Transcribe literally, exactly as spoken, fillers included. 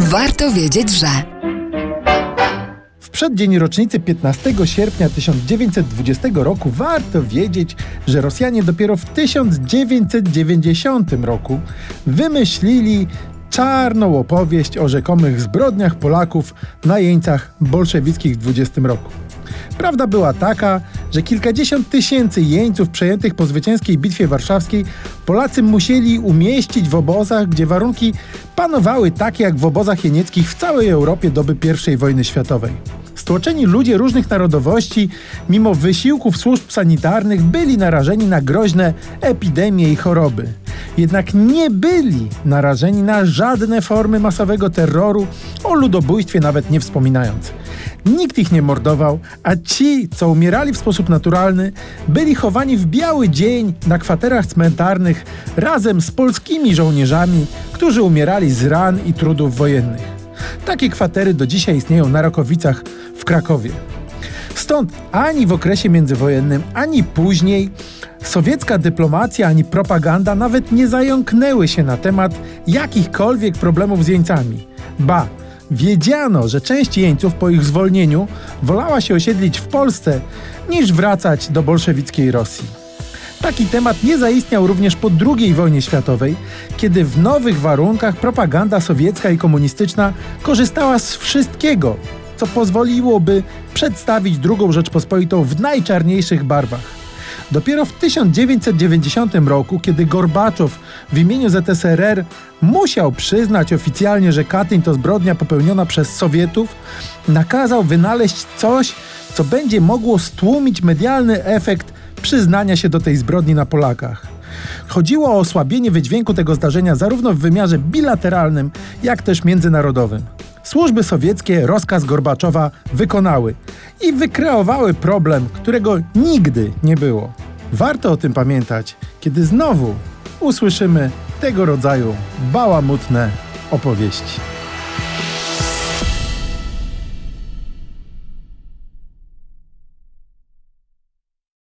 Warto wiedzieć, że... W przeddzień rocznicy piętnastego sierpnia tysiąc dziewięćset dwudziestego roku warto wiedzieć, że Rosjanie dopiero w tysiąc dziewięćset dziewięćdziesiątym roku wymyślili czarną opowieść o rzekomych zbrodniach Polaków na jeńcach bolszewickich w dwudziestym roku. Prawda była taka, że kilkadziesiąt tysięcy jeńców przejętych po zwycięskiej Bitwie Warszawskiej Polacy musieli umieścić w obozach, gdzie warunki panowały takie jak w obozach jenieckich w całej Europie doby pierwszej wojny światowej. Stłoczeni ludzie różnych narodowości, mimo wysiłków służb sanitarnych, byli narażeni na groźne epidemie i choroby. Jednak nie byli narażeni na żadne formy masowego terroru, o ludobójstwie nawet nie wspominając. Nikt ich nie mordował, a ci, co umierali w sposób naturalny, byli chowani w biały dzień na kwaterach cmentarnych razem z polskimi żołnierzami, którzy umierali z ran i trudów wojennych. Takie kwatery do dzisiaj istnieją na Rakowicach w Krakowie. Stąd ani w okresie międzywojennym, ani później sowiecka dyplomacja ani propaganda nawet nie zająknęły się na temat jakichkolwiek problemów z jeńcami. Ba, wiedziano, że część jeńców po ich zwolnieniu wolała się osiedlić w Polsce, niż wracać do bolszewickiej Rosji. Taki temat nie zaistniał również po drugiej wojnie światowej, kiedy w nowych warunkach propaganda sowiecka i komunistyczna korzystała z wszystkiego, co pozwoliłoby przedstawić drugą Rzeczpospolitą w najczarniejszych barwach. Dopiero w tysiąc dziewięćset dziewięćdziesiątym roku, kiedy Gorbaczow w imieniu Z S R R musiał przyznać oficjalnie, że Katyń to zbrodnia popełniona przez Sowietów, nakazał wynaleźć coś, co będzie mogło stłumić medialny efekt przyznania się do tej zbrodni na Polakach. Chodziło o osłabienie wydźwięku tego zdarzenia zarówno w wymiarze bilateralnym, jak też międzynarodowym. Służby sowieckie rozkaz Gorbaczowa wykonały i wykreowały problem, którego nigdy nie było. Warto o tym pamiętać, kiedy znowu usłyszymy tego rodzaju bałamutne opowieści.